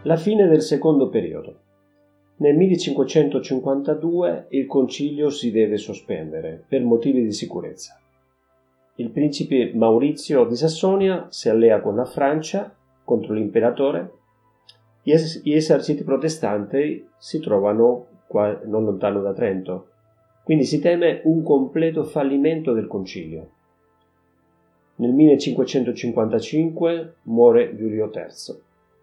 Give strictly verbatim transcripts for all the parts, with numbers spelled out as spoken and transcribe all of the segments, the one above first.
La fine del secondo periodo. Nel millecinquecentocinquantadue il concilio si deve sospendere per motivi di sicurezza. Il principe Maurizio di Sassonia si allea con la Francia contro l'imperatore. Gli eserciti protestanti si trovano qua, non lontano da Trento, quindi si teme un completo fallimento del concilio. Nel millecinquecentocinquantacinque muore Giulio terzo.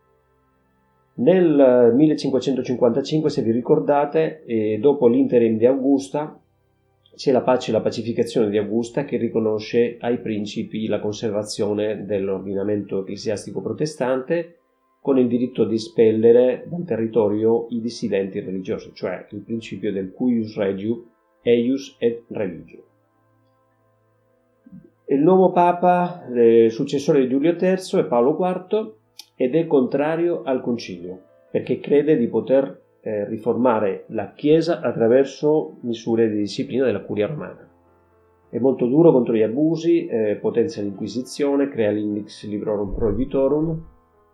Nel millecinquecentocinquantacinque, se vi ricordate, eh, dopo l'interim di Augusta, c'è la pace e la pacificazione di Augusta che riconosce ai principi la conservazione dell'ordinamento ecclesiastico protestante con il diritto di espellere dal territorio i dissidenti religiosi, cioè il principio del cuius regio, eius et religio. Il nuovo Papa, eh, successore di Giulio terzo, è Paolo quarto ed è contrario al concilio perché crede di poter eh, riformare la Chiesa attraverso misure di disciplina della curia romana. È molto duro contro gli abusi, eh, potenzia l'Inquisizione, crea l'Index Librorum Prohibitorum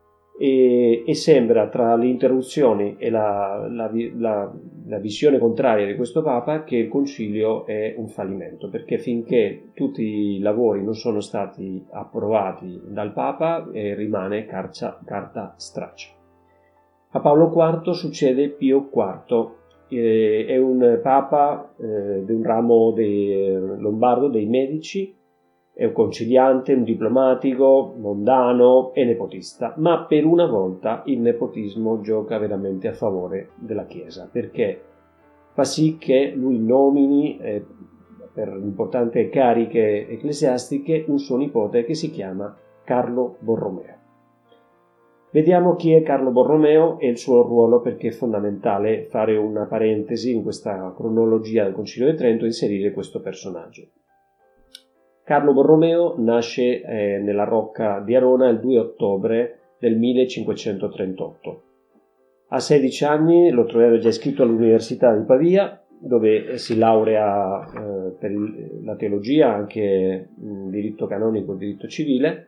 e, e sembra, tra le interruzioni e la, la, la, la visione contraria di questo Papa, che il concilio è un fallimento, perché finché tutti i lavori non sono stati approvati dal Papa eh, rimane carcia, carta straccia. A Paolo quarto succede Pio quarto, eh, è un Papa eh, di un ramo dei, lombardo dei Medici, è un conciliante, un diplomatico, mondano e nepotista, ma per una volta il nepotismo gioca veramente a favore della Chiesa, perché fa sì che lui nomini eh, per importanti cariche ecclesiastiche un suo nipote che si chiama Carlo Borromeo. Vediamo chi è Carlo Borromeo e il suo ruolo, perché è fondamentale fare una parentesi in questa cronologia del Concilio di Trento e inserire questo personaggio. Carlo Borromeo nasce eh, nella Rocca di Arona il due ottobre del millecinquecentotrentotto. A sedici anni lo troviamo già iscritto all'Università di Pavia, dove si laurea eh, per il, la teologia, anche in diritto canonico e diritto civile.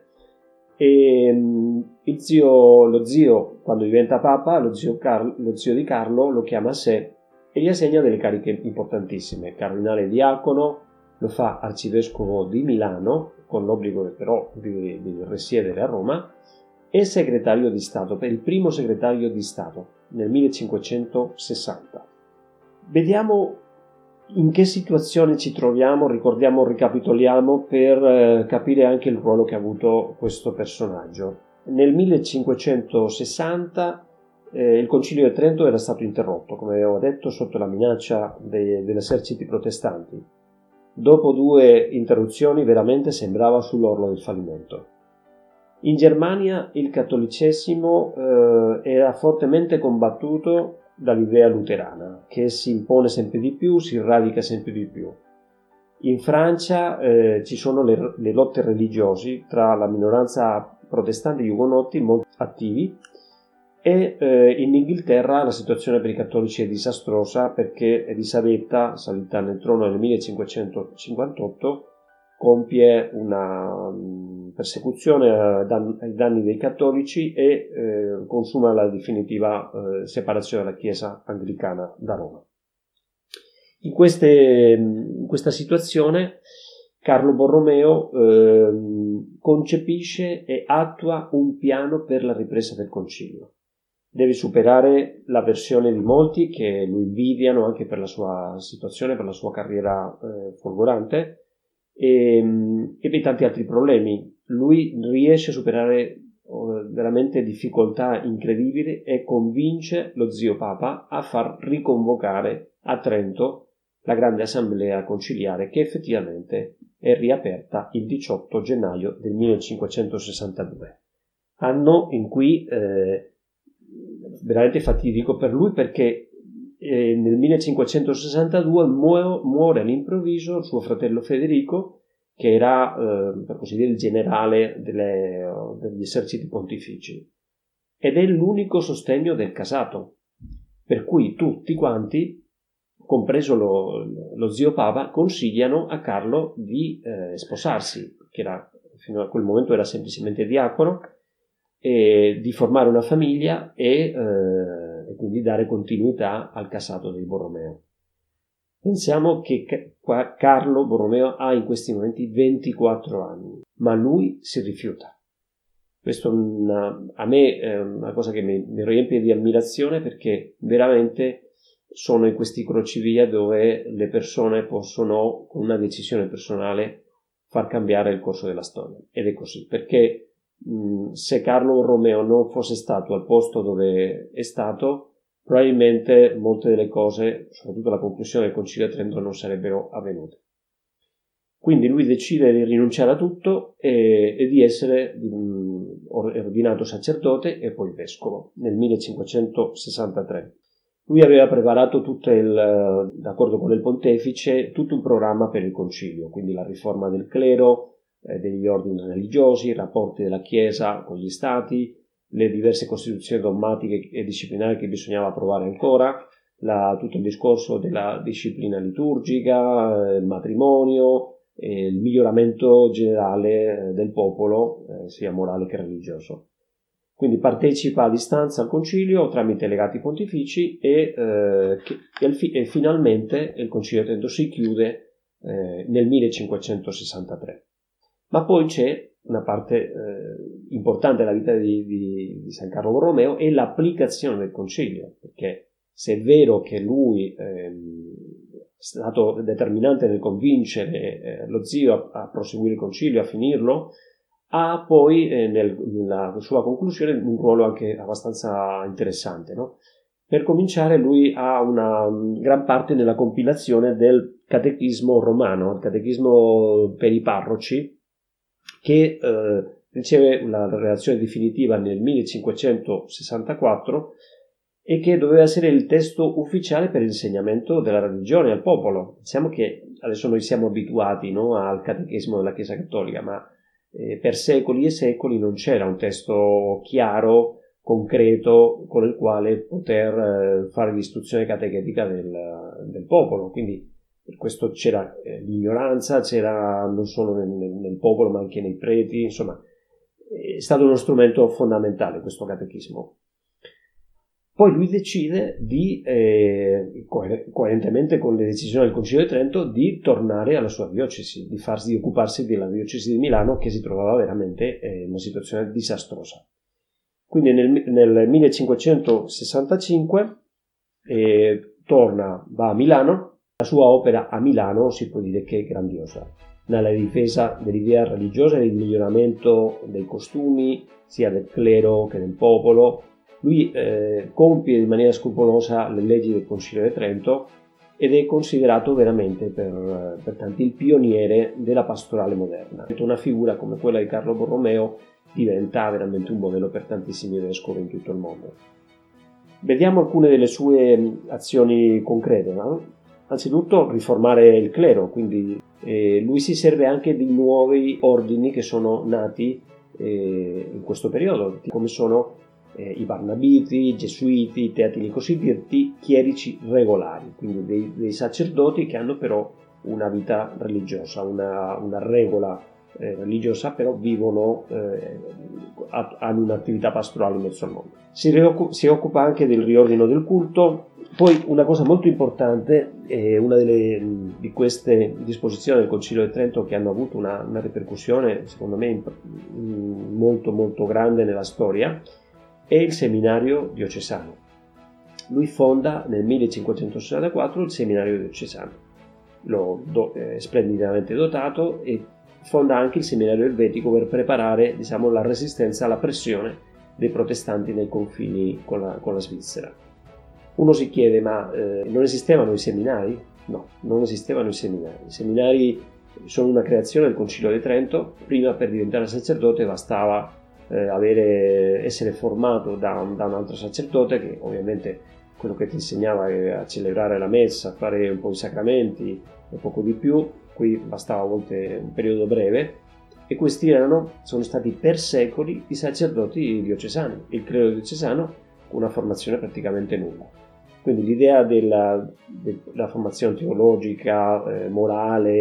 E mh, il zio, lo zio, quando diventa papa, lo zio, Carlo, lo zio di Carlo lo chiama a sé e gli assegna delle cariche importantissime: cardinale diacono, lo fa arcivescovo di Milano, con l'obbligo però di, di risiedere a Roma, e segretario di Stato, per il primo segretario di Stato nel millecinquecentosessanta. Vediamo in che situazione ci troviamo, ricordiamo, ricapitoliamo per eh, capire anche il ruolo che ha avuto questo personaggio. Nel millecinquecentosessanta eh, il Concilio di Trento era stato interrotto, come avevo detto, sotto la minaccia dei, degli eserciti protestanti. Dopo due interruzioni veramente sembrava sull'orlo del fallimento. In Germania il cattolicesimo eh, era fortemente combattuto dall'idea luterana, che si impone sempre di più, si radica sempre di più. In Francia eh, ci sono le, le lotte religiosi tra la minoranza protestante e gli ugonotti molto attivi, e eh, in Inghilterra la situazione per i cattolici è disastrosa, perché Elisabetta, salita nel trono nel millecinquecentocinquantotto, compie una um, persecuzione ai danni dei cattolici e eh, consuma la definitiva eh, separazione della Chiesa anglicana da Roma. In, queste, in questa situazione Carlo Borromeo eh, concepisce e attua un piano per la ripresa del concilio. Deve superare l'avversione di molti che lo invidiano anche per la sua situazione, per la sua carriera eh, folgorante, e, e per tanti altri problemi. Lui riesce a superare veramente difficoltà incredibili e convince lo zio Papa a far riconvocare a Trento la grande assemblea conciliare, che effettivamente è riaperta il diciotto gennaio del millecinquecentosessantadue, anno in cui eh, veramente fatidico per lui, perché eh, nel millecinquecentosessantadue muo- muore all'improvviso suo fratello Federico, che era eh, per così dire il generale delle, degli eserciti pontifici, ed è l'unico sostegno del casato, per cui tutti quanti, compreso lo, lo zio Papa, consigliano a Carlo di eh, sposarsi, che era, fino a quel momento era semplicemente diacono, e di formare una famiglia e, eh, e quindi dare continuità al casato dei Borromeo. Pensiamo che qua Carlo Borromeo ha in questi momenti ventiquattro anni, ma lui si rifiuta. Questo una, a me è una cosa che mi, mi riempie di ammirazione, perché veramente sono in questi crocevia dove le persone possono, con una decisione personale, far cambiare il corso della storia. Ed è così, perché mh, se Carlo Borromeo non fosse stato al posto dove è stato, probabilmente molte delle cose, soprattutto la conclusione del Concilio di Trento, non sarebbero avvenute. Quindi lui decide di rinunciare a tutto e, e di essere mh, ordinato sacerdote e poi vescovo nel millecinquecentosessantatré. Lui aveva preparato tutto il, d'accordo con il pontefice, tutto un programma per il concilio, quindi la riforma del clero, eh, degli ordini religiosi, i rapporti della Chiesa con gli stati, le diverse costituzioni dogmatiche e disciplinari che bisognava approvare ancora, la, tutto il discorso della disciplina liturgica, eh, il matrimonio, eh, il miglioramento generale eh, del popolo, eh, sia morale che religioso. Quindi partecipa a distanza al concilio tramite legati pontifici e, eh, che, e, e finalmente il Concilio di Trento si chiude eh, nel millecinquecentosessantatré. Ma poi c'è una parte eh, importante della vita di, di, di San Carlo Borromeo è l'applicazione del concilio, perché se è vero che lui ehm, è stato determinante nel convincere eh, lo zio a, a proseguire il concilio, a finirlo, ha poi eh, nel, nella sua conclusione un ruolo anche abbastanza interessante, no? Per cominciare, lui ha una gran parte nella compilazione del catechismo romano, il catechismo per i parroci, che eh, riceve la relazione definitiva nel millecinquecentosessantaquattro e che doveva essere il testo ufficiale per l'insegnamento della religione al popolo. Diciamo che adesso noi siamo abituati, no, al catechismo della Chiesa Cattolica, ma eh, per secoli e secoli non c'era un testo chiaro, concreto, con il quale poter eh, fare l'istruzione catechetica del, del popolo. Quindi per questo c'era eh, l'ignoranza, c'era non solo nel, nel popolo ma anche nei preti, insomma è stato uno strumento fondamentale questo catechismo. Poi lui decide di, eh, coerentemente con le decisioni del Concilio di Trento, di tornare alla sua diocesi, di farsi di occuparsi della diocesi di Milano, che si trovava veramente eh, in una situazione disastrosa. Quindi nel, nel millecinquecentosessantacinque eh, torna, va a Milano. La sua opera a Milano si può dire che è grandiosa, nella difesa dell'idea religiosa e del miglioramento dei costumi, sia del clero che del popolo. Lui eh, compie in maniera scrupolosa le leggi del Concilio di Trento ed è considerato veramente per, per tanti il pioniere della pastorale moderna. Una figura come quella di Carlo Borromeo diventa veramente un modello per tantissimi vescovi in tutto il mondo. Vediamo alcune delle sue azioni concrete, no? Anzitutto riformare il clero, quindi eh, lui si serve anche di nuovi ordini che sono nati eh, in questo periodo, come sono eh, i Barnabiti, i Gesuiti, i Teatini, i cosiddetti chierici regolari, quindi dei, dei sacerdoti che hanno però una vita religiosa, una, una regola eh, religiosa, però vivono, eh, hanno un'attività pastorale in mezzo al mondo. Si, rioccupa, si occupa anche del riordino del culto. Poi una cosa molto importante, eh, una delle, di queste disposizioni del Concilio di Trento che hanno avuto una, una ripercussione secondo me molto molto grande nella storia, è il seminario diocesano. Lui fonda nel millecinquecentosessantaquattro il seminario diocesano, lo do, è splendidamente dotato, e fonda anche il seminario elvetico per preparare, diciamo, la resistenza alla pressione dei protestanti nei confini con la, con la Svizzera. Uno si chiede, ma eh, non esistevano i seminari? No, non esistevano i seminari. I seminari sono una creazione del Concilio di Trento. Prima, per diventare sacerdote, bastava eh, avere, essere formato da un, da un altro sacerdote, che ovviamente quello che ti insegnava era a celebrare la messa, a fare un po' i sacramenti e poco di più. Qui bastava a volte un periodo breve, e questi erano, sono stati per secoli i sacerdoti diocesani, il clero diocesano, con una formazione praticamente nulla. Quindi l'idea della, della formazione teologica, eh, morale,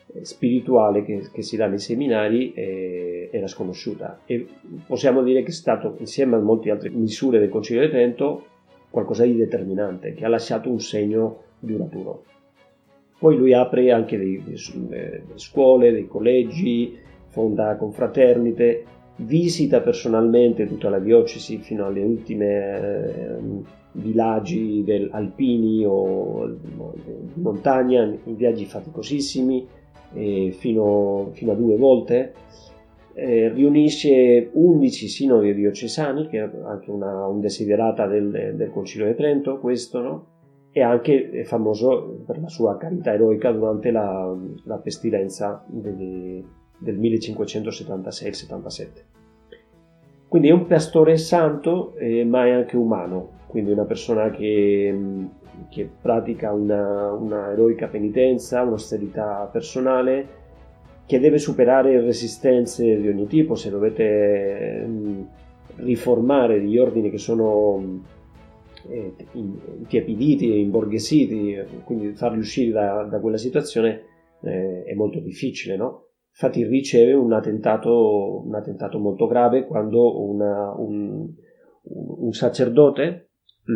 spirituale che, che si dà nei seminari eh, era sconosciuta, e possiamo dire che è stato, insieme a molte altre misure del Concilio di Trento, qualcosa di determinante, che ha lasciato un segno duraturo. Poi lui apre anche dei, delle scuole, dei collegi, fonda confraternite, visita personalmente tutta la diocesi fino alle ultime eh, villaggi del, alpini o di montagna, in viaggi faticosissimi, eh, fino, fino a due volte. Eh, riunisce undici sinodi diocesani, che è anche una un desiderata del, del Concilio di Trento, questo, no? E anche è famoso per la sua carità eroica durante la, la pestilenza del, del millecinquecentosettantasei settantasette. Quindi è un pastore santo, eh, ma è anche umano, quindi una persona che, che pratica una, una eroica penitenza, un'austerità personale, che deve superare resistenze di ogni tipo. Se dovete mh, riformare degli ordini che sono eh, intiepiditi e imborghesiti, quindi farli uscire da, da quella situazione eh, è molto difficile, no? Infatti riceve un attentato, un attentato molto grave quando una, un, un sacerdote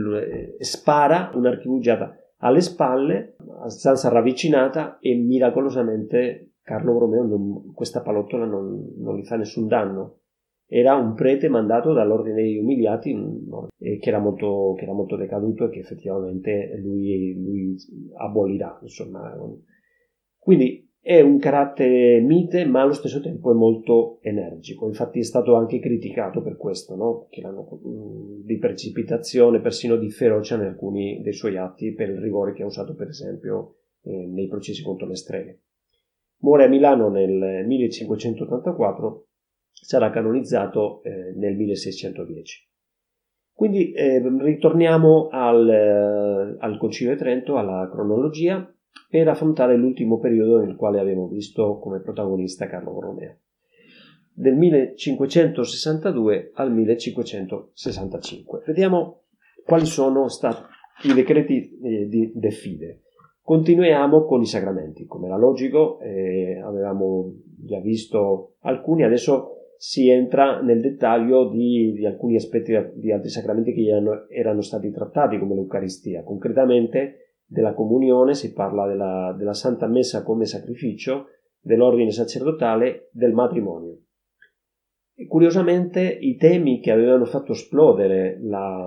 spara un'archibugiata alle spalle, a stanza ravvicinata, e miracolosamente Carlo Borromeo non, questa pallottola non, non gli fa nessun danno. Era un prete mandato dall'ordine degli umiliati, no, che, era molto, che era molto decaduto e che effettivamente lui, lui abolirà, insomma. Quindi è un carattere mite, ma allo stesso tempo è molto energico. Infatti è stato anche criticato per questo, no? Che erano di precipitazione, persino di ferocia in alcuni dei suoi atti, per il rigore che ha usato, per esempio, eh, nei processi contro le streghe. Muore a Milano nel millecinquecentottantaquattro, sarà canonizzato eh, nel milleseicentodieci. Quindi eh, ritorniamo al, eh, al Concilio di Trento, alla cronologia, per affrontare l'ultimo periodo nel quale abbiamo visto come protagonista Carlo Borromeo, del millecinquecentosessantadue al millecinquecentosessantacinque. Vediamo quali sono stati i decreti eh, di De Fide. Continuiamo con i sacramenti, come era logico, eh, avevamo già visto alcuni, adesso si entra nel dettaglio di, di alcuni aspetti di altri sacramenti che erano, erano stati trattati, come l'Eucaristia. Concretamente della comunione si parla della, della Santa Messa come sacrificio, dell'ordine sacerdotale, del matrimonio. E curiosamente i temi che avevano fatto esplodere la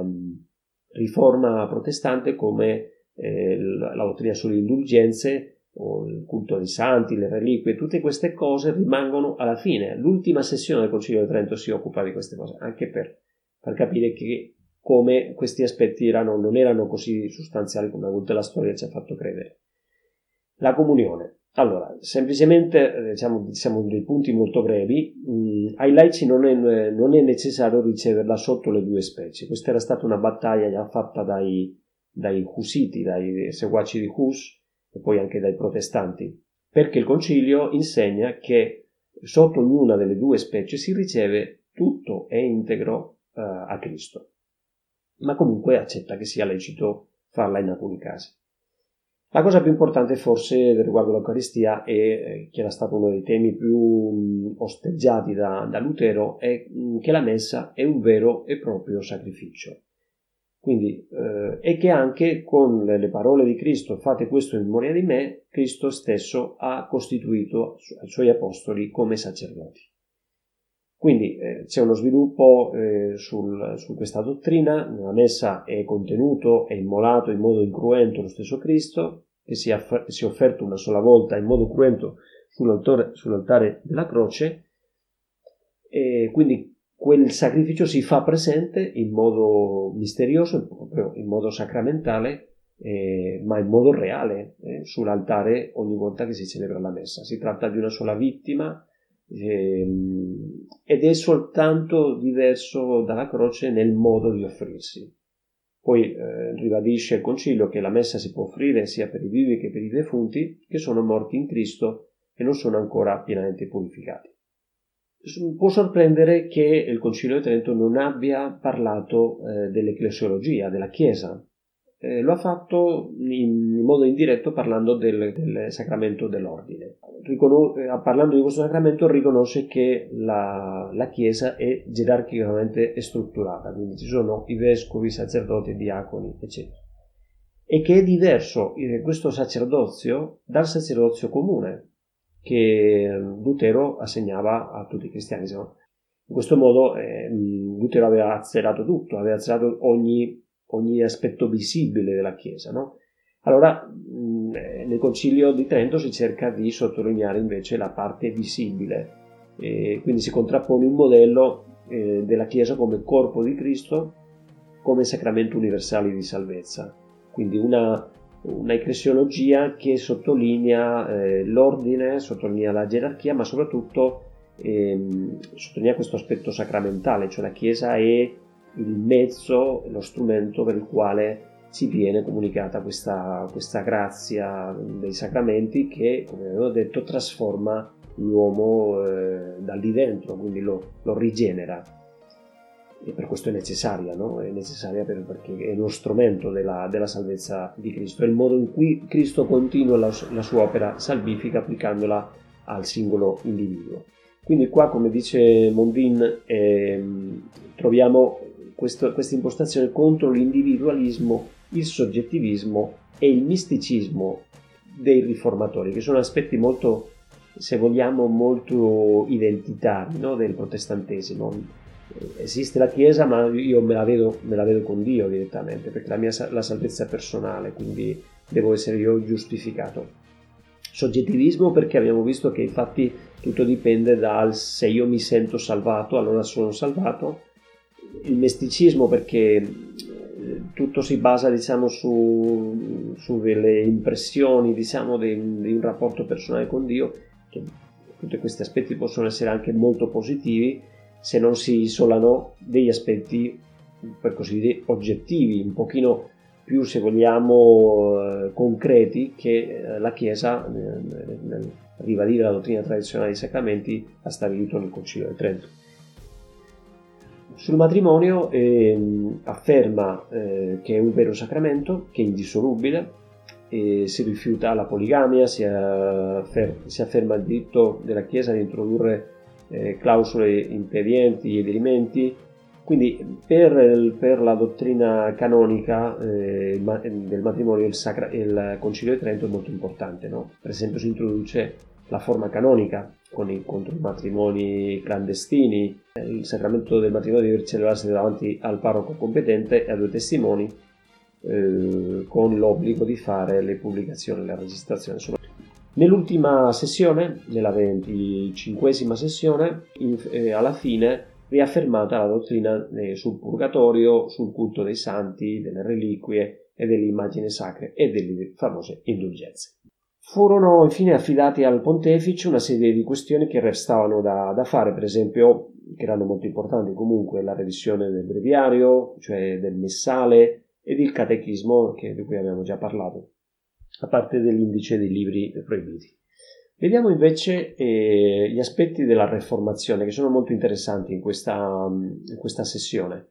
riforma protestante, come eh, la, la dottrina sulle indulgenze, o il culto dei santi, le reliquie, tutte queste cose rimangono alla fine. L'ultima sessione del Concilio di Trento si occupa di queste cose, anche per far capire che come questi aspetti erano, non erano così sostanziali come a volte la storia ci ha fatto credere. La comunione. Allora, semplicemente, diciamo, diciamo dei punti molto brevi, mh, ai laici non è, non è necessario riceverla sotto le due specie. Questa era stata una battaglia già fatta dai, dai Husiti, dai seguaci di Hus, e poi anche dai protestanti, perché il concilio insegna che sotto ognuna delle due specie si riceve tutto e integro uh, a Cristo, ma comunque accetta che sia lecito farla in alcuni casi. La cosa più importante forse riguardo l'Eucaristia, e che era stato uno dei temi più mh, osteggiati da, da Lutero, è mh, che la Messa è un vero e proprio sacrificio. Quindi, eh, e che anche con le, le parole di Cristo, fate questo in memoria di me, Cristo stesso ha costituito i suoi apostoli come sacerdoti. Quindi eh, c'è uno sviluppo eh, sul, su questa dottrina. Nella Messa è contenuto e immolato in modo incruento lo stesso Cristo, che si è, si è offerto una sola volta in modo cruento sull'altare, sull'altare della croce, e quindi quel sacrificio si fa presente in modo misterioso, proprio in modo sacramentale, eh, ma in modo reale eh, sull'altare ogni volta che si celebra la Messa. Si tratta di una sola vittima, ehm, ed è soltanto diverso dalla croce nel modo di offrirsi. Poi eh, ribadisce il Concilio che la Messa si può offrire sia per i vivi che per i defunti che sono morti in Cristo e non sono ancora pienamente purificati. Può sorprendere che il Concilio di Trento non abbia parlato eh, dell'ecclesiologia, della Chiesa, eh, lo ha fatto in, in modo indiretto parlando del, del sacramento dell'ordine. Riconos- eh, parlando di questo sacramento riconosce che la, la Chiesa è gerarchicamente strutturata, quindi ci sono i vescovi, i sacerdoti, i diaconi, eccetera. E che è diverso eh, questo sacerdozio dal sacerdozio comune che Lutero assegnava a tutti i cristiani. Insomma. In questo modo eh, Lutero aveva azzerato tutto, aveva azzerato ogni, ogni aspetto visibile della Chiesa, no? Allora mh, nel Concilio di Trento si cerca di sottolineare invece la parte visibile, e quindi si contrappone un modello eh, della Chiesa come corpo di Cristo, come sacramento universale di salvezza, quindi una, una ecclesiologia che sottolinea eh, l'ordine, sottolinea la gerarchia, ma soprattutto ehm, sottolinea questo aspetto sacramentale, cioè la Chiesa è il mezzo, lo strumento per il quale ci viene comunicata questa, questa grazia dei sacramenti che, come avevo detto, trasforma l'uomo eh, dal di dentro, quindi lo, lo rigenera. E per questo è necessaria, no? È necessaria per, perché è uno strumento della, della salvezza di Cristo, è il modo in cui Cristo continua la, la sua opera salvifica applicandola al singolo individuo. Quindi qua, come dice Mondin, ehm, troviamo questo, questa impostazione contro l'individualismo, il soggettivismo e il misticismo dei riformatori, che sono aspetti molto, se vogliamo, molto identitari, no? Del protestantesimo. Esiste la Chiesa, ma io me la vedo, me la vedo con Dio direttamente, perché la mia la salvezza è personale, quindi devo essere io giustificato. Soggettivismo perché abbiamo visto che infatti tutto dipende dal se io mi sento salvato, allora sono salvato. Il misticismo perché tutto si basa, diciamo, su, su delle impressioni, diciamo, di, di un rapporto personale con Dio, che tutti questi aspetti possono essere anche molto positivi se non si isolano degli aspetti, per così dire, oggettivi, un pochino più, se vogliamo, eh, concreti, che eh, la Chiesa, nel, nel ribadire la dottrina tradizionale dei sacramenti, ha stabilito nel Concilio di Trento. Sul matrimonio eh, afferma eh, che è un vero sacramento, che è indissolubile, e si rifiuta la poligamia, si, affer- si afferma il diritto della Chiesa di introdurre eh, clausole impedienti ed erimenti. Quindi per, per la dottrina canonica eh, del matrimonio il, sacra- il Concilio di Trento è molto importante, no? Per esempio si introduce la forma canonica con i, contro i matrimoni clandestini, il sacramento del matrimonio deve celebrarsi davanti al parroco competente e a due testimoni, eh, con l'obbligo di fare le pubblicazioni e la registrazione. Nell'ultima sessione, nella venticinquesima sessione, in, eh, alla fine riaffermata la dottrina eh, sul purgatorio, sul culto dei santi, delle reliquie e delle immagini sacre e delle famose indulgenze. Furono infine affidati al pontefice una serie di questioni che restavano da, da fare, per esempio, che erano molto importanti comunque, la revisione del breviario, cioè del messale, ed il catechismo, che, di cui abbiamo già parlato, a parte dell'indice dei libri proibiti. Vediamo invece eh, gli aspetti della Riformazione, che sono molto interessanti in questa, in questa sessione.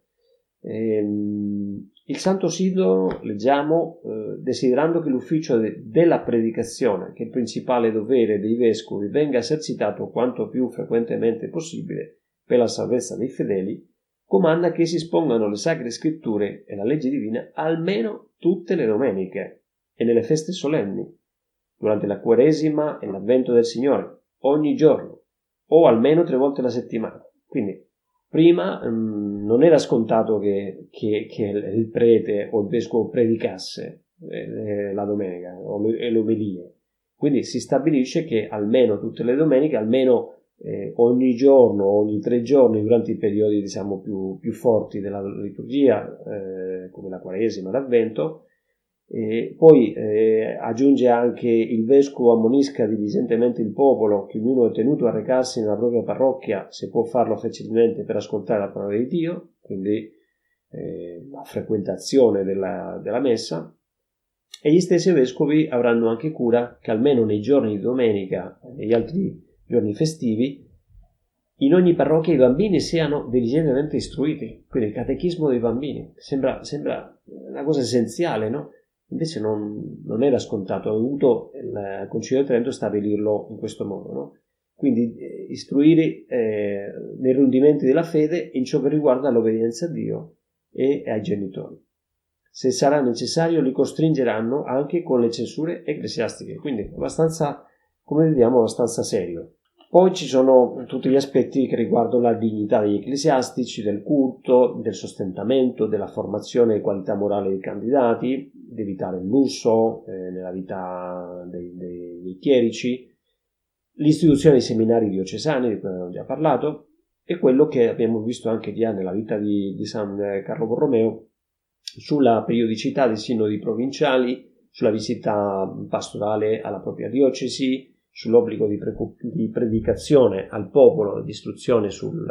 Ehm, il Santo Sinodo, leggiamo, eh, desiderando che l'ufficio de- della predicazione, che è il principale dovere dei vescovi, venga esercitato quanto più frequentemente possibile per la salvezza dei fedeli, comanda che si espongano le Sacre Scritture e la legge divina almeno tutte le domeniche e nelle feste solenni, durante la Quaresima e l'Avvento del Signore, ogni giorno, o almeno tre volte alla settimana. Quindi, prima mh, non era scontato che, che, che il prete o il vescovo predicasse eh, la domenica o le, le omelie. Quindi si stabilisce che almeno tutte le domeniche, almeno eh, ogni giorno, ogni tre giorni, durante i periodi, diciamo, più, più forti della liturgia, eh, come la Quaresima, l'Avvento. E poi eh, aggiunge anche: il vescovo ammonisca diligentemente il popolo, che ognuno è tenuto a recarsi nella propria parrocchia, se può farlo facilmente, per ascoltare la parola di Dio, quindi eh, la frequentazione della, della messa. E gli stessi vescovi avranno anche cura che almeno nei giorni di domenica e negli altri giorni festivi in ogni parrocchia i bambini siano diligentemente istruiti, quindi il catechismo dei bambini. Sembra, sembra una cosa essenziale, no? Invece non, non era scontato, ha dovuto il Concilio di Trento stabilirlo in questo modo, no? Quindi eh, istruire eh, nei rudimenti della fede in ciò che riguarda l'obbedienza a Dio e ai genitori. Se sarà necessario li costringeranno anche con le censure ecclesiastiche, quindi abbastanza, come vediamo, abbastanza serio. Poi ci sono tutti gli aspetti che riguardano la dignità degli ecclesiastici, del culto, del sostentamento, della formazione e qualità morale dei candidati, di evitare il lusso eh, nella vita dei, dei, dei chierici, l'istituzione dei seminari diocesani, di cui abbiamo già parlato, e quello che abbiamo visto anche già nella vita di, di San Carlo Borromeo sulla periodicità dei sinodi provinciali, sulla visita pastorale alla propria diocesi, sull'obbligo di, pre- di predicazione al popolo, di istruzione sul,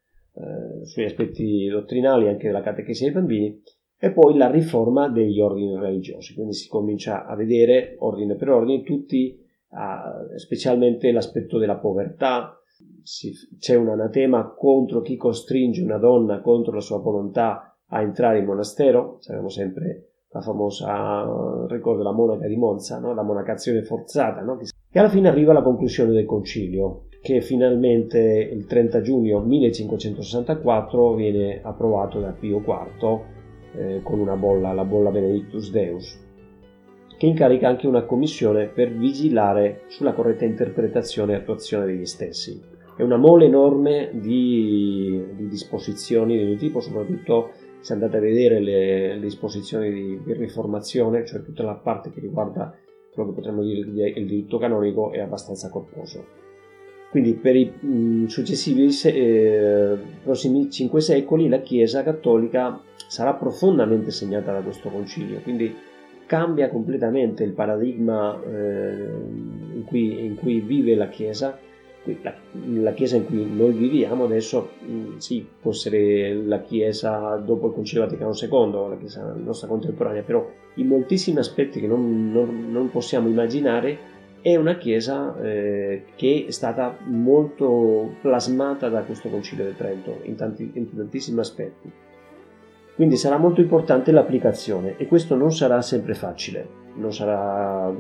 eh, sugli aspetti dottrinali anche della catechesi ai bambini, e poi la riforma degli ordini religiosi. Quindi si comincia a vedere ordine per ordine tutti, Uh, specialmente l'aspetto della povertà. Si, c'è un anatema contro chi costringe una donna contro la sua volontà a entrare in monastero. Sappiamo sempre la famosa uh, ricordo della monaca di Monza, no? La monacazione forzata, no? E alla fine arriva la conclusione del concilio, che finalmente il trenta giugno millecinquecentosessantaquattro viene approvato da Pio quarto eh, con una bolla, la bolla Benedictus Deus, che incarica anche una commissione per vigilare sulla corretta interpretazione e attuazione degli stessi. È una mole enorme di, di disposizioni di ogni tipo, soprattutto se andate a vedere le, le disposizioni di, di riformazione, cioè tutta la parte che riguarda quello che potremmo dire il diritto canonico, è abbastanza corposo. Quindi per i mh, successivi eh, prossimi cinque secoli la Chiesa cattolica sarà profondamente segnata da questo concilio, quindi cambia completamente il paradigma eh, in, cui, in cui vive la Chiesa, la, la Chiesa in cui noi viviamo adesso. Mh, sì, può essere la Chiesa dopo il Concilio Vaticano secondo, la Chiesa nostra contemporanea, però in moltissimi aspetti che non, non, non possiamo immaginare è una Chiesa eh, che è stata molto plasmata da questo Concilio di Trento in, tanti, in tantissimi aspetti. Quindi sarà molto importante l'applicazione, e questo non sarà sempre facile, non sarà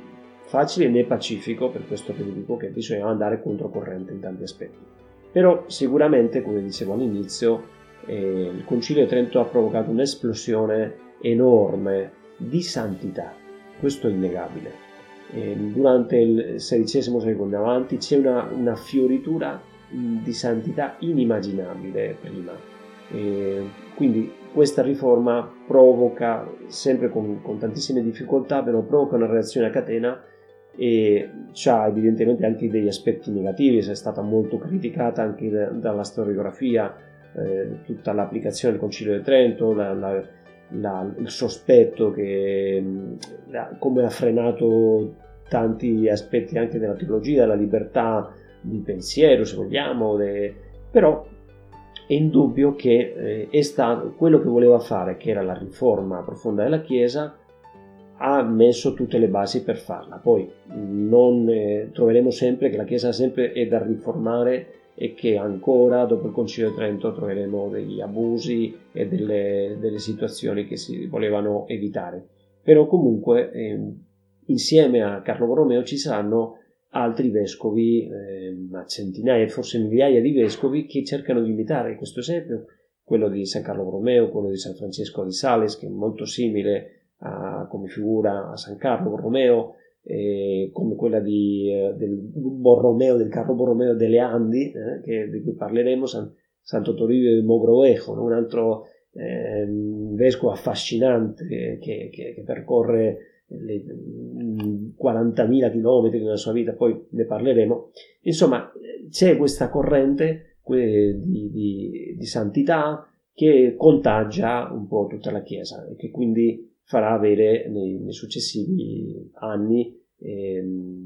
facile né pacifico, per questo che vi dico che bisogna andare controcorrente in tanti aspetti. Però sicuramente, come dicevo all'inizio, eh, il Concilio di Trento ha provocato un'esplosione enorme di santità, questo è innegabile. Eh, durante il sedicesimo secolo in avanti c'è una, una fioritura di santità inimmaginabile prima. Eh, quindi questa riforma provoca, sempre con, con tantissime difficoltà, però provoca una reazione a catena e ha evidentemente anche degli aspetti negativi. È stata molto criticata anche da, dalla storiografia eh, tutta l'applicazione del Concilio di Trento, la, la, la, il sospetto che la, come ha frenato tanti aspetti anche della teologia, della libertà di pensiero, se vogliamo, de, però è indubbio che eh, è stato quello che voleva fare, che era la riforma profonda della Chiesa, ha messo tutte le basi per farla. Poi non eh, troveremo sempre che la Chiesa sempre è da riformare e che ancora dopo il Concilio di Trento troveremo degli abusi e delle, delle situazioni che si volevano evitare. Però comunque eh, insieme a Carlo Borromeo ci saranno altri vescovi, eh, ma centinaia, forse migliaia di vescovi che cercano di imitare questo esempio, quello di San Carlo Borromeo, quello di San Francesco di Sales, che è molto simile a, come figura a San Carlo Borromeo, eh, come quella di, eh, del Borromeo, del Carlo Borromeo delle Andi, eh, che, di cui parleremo, San, Santo Toribio di Mogrovejo, no? Un altro eh, vescovo affascinante che, che, che percorre le quarantamila chilometri nella sua vita, poi ne parleremo. Insomma, c'è questa corrente di, di, di santità che contagia un po' tutta la Chiesa e che quindi farà avere nei, nei successivi anni eh,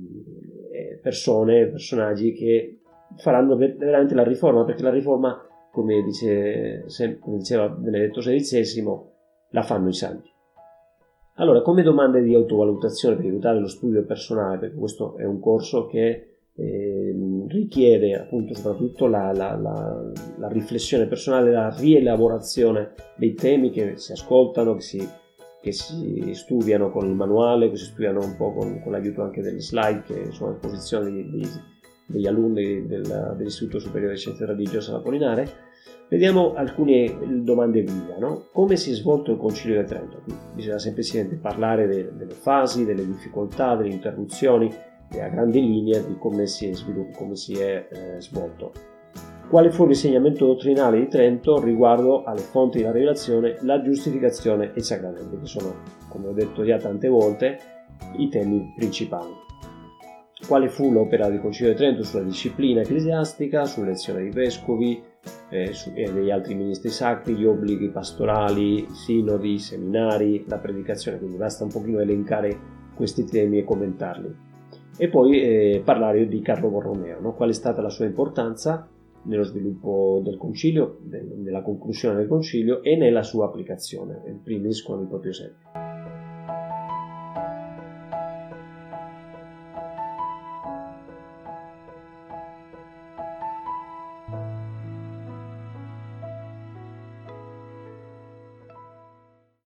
persone, personaggi che faranno veramente la riforma, perché la riforma, come, dice, come diceva Benedetto sedicesimo, la fanno i santi. Allora, come domande di autovalutazione per aiutare lo studio personale, perché questo è un corso che eh, richiede appunto soprattutto la, la, la, la riflessione personale, la rielaborazione dei temi che si ascoltano, che si, che si studiano con il manuale, che si studiano un po' con, con l'aiuto anche delle slide che sono a disposizione di, di, degli alunni del, dell'Istituto Superiore di Scienze Religiose alla Polinare. Vediamo alcune domande guida, no? Come si è svolto il Concilio di Trento? Bisogna semplicemente parlare de, delle fasi, delle difficoltà, delle interruzioni e a grandi linee di come si è, sviluppo, come si è eh, svolto. Quale fu l'insegnamento dottrinale di Trento riguardo alle fonti della rivelazione, la giustificazione e i sacramenti, che sono, come ho detto già tante volte, i temi principali. Quale fu l'opera del Concilio di Trento sulla disciplina ecclesiastica, sull'elezione dei vescovi eh, su, e degli altri ministri sacri, gli obblighi pastorali, i sinodi, i seminari, la predicazione, quindi basta un pochino elencare questi temi e commentarli. E poi eh, parlare di Carlo Borromeo, no? Qual è stata la sua importanza nello sviluppo del concilio, nella conclusione del concilio e nella sua applicazione, in primis con il proprio esempio.